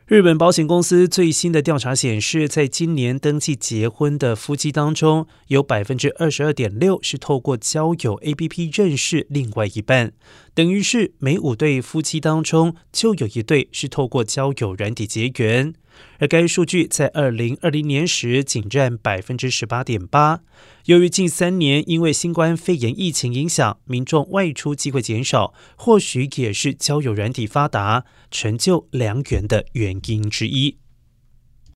日本保险公司最新的调查显示，在今年登记结婚的夫妻当中，有 22.6% 是透过交友 APP 认识另外一半，等于是每5对夫妻当中就有1对是透过交友软体结缘。而该数据在2020年时仅占 18.8%。由于近3年因为新冠肺炎疫情影响，民众外出机会减少，或许也是交友软体发达成就良缘的原因之一。